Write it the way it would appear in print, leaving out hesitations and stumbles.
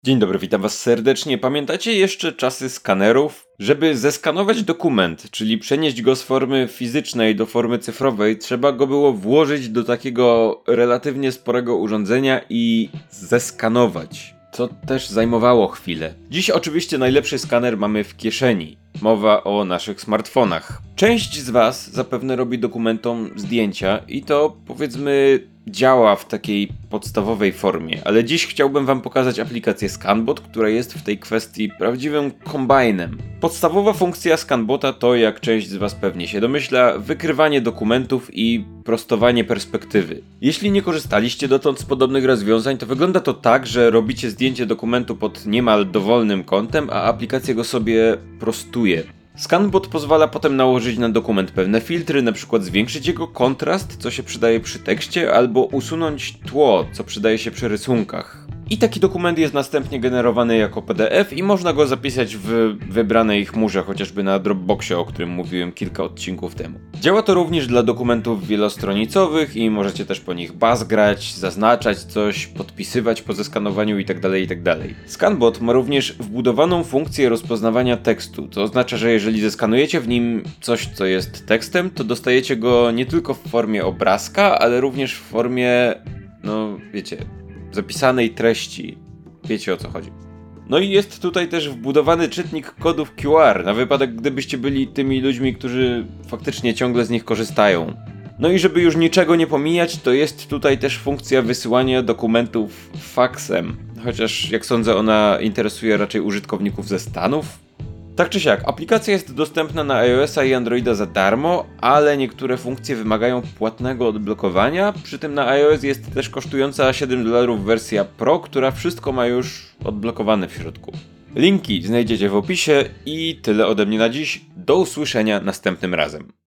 Dzień dobry, witam was serdecznie. Pamiętacie jeszcze czasy skanerów? Żeby zeskanować dokument, czyli przenieść go z formy fizycznej do formy cyfrowej, trzeba go było włożyć do takiego relatywnie sporego urządzenia i zeskanować. Co też zajmowało chwilę. Dziś oczywiście najlepszy skaner mamy w kieszeni. Mowa o naszych smartfonach. Część z was zapewne robi dokumentom zdjęcia i to, powiedzmy, działa w takiej podstawowej formie, ale dziś chciałbym wam pokazać aplikację ScanBot, która jest w tej kwestii prawdziwym kombajnem. Podstawowa funkcja ScanBota to, jak część z was pewnie się domyśla, wykrywanie dokumentów i prostowanie perspektywy. Jeśli nie korzystaliście dotąd z podobnych rozwiązań, to wygląda to tak, że robicie zdjęcie dokumentu pod niemal dowolnym kątem, a aplikacja go sobie prostuje. ScanBot pozwala potem nałożyć na dokument pewne filtry, np. zwiększyć jego kontrast, co się przydaje przy tekście, albo usunąć tło, co przydaje się przy rysunkach. I taki dokument jest następnie generowany jako PDF i można go zapisać w wybranej chmurze, chociażby na Dropboxie, o którym mówiłem kilka odcinków temu. Działa to również dla dokumentów wielostronicowych i możecie też po nich bazgrać, zaznaczać coś, podpisywać po zeskanowaniu itd. itd. ScanBot ma również wbudowaną funkcję rozpoznawania tekstu, to oznacza, że jeżeli zeskanujecie w nim coś, co jest tekstem, to dostajecie go nie tylko w formie obrazka, ale również w formie, no wiecie, zapisanej treści. Wiecie, o co chodzi. No i jest tutaj też wbudowany czytnik kodów QR, na wypadek gdybyście byli tymi ludźmi, którzy faktycznie ciągle z nich korzystają. No i żeby już niczego nie pomijać, to jest tutaj też funkcja wysyłania dokumentów faksem. Chociaż jak sądzę, ona interesuje raczej użytkowników ze Stanów. Tak czy siak, aplikacja jest dostępna na iOS-a i Androida za darmo, ale niektóre funkcje wymagają płatnego odblokowania, przy tym na iOS jest też kosztująca $7 wersja Pro, która wszystko ma już odblokowane w środku. Linki znajdziecie w opisie i tyle ode mnie na dziś. Do usłyszenia następnym razem.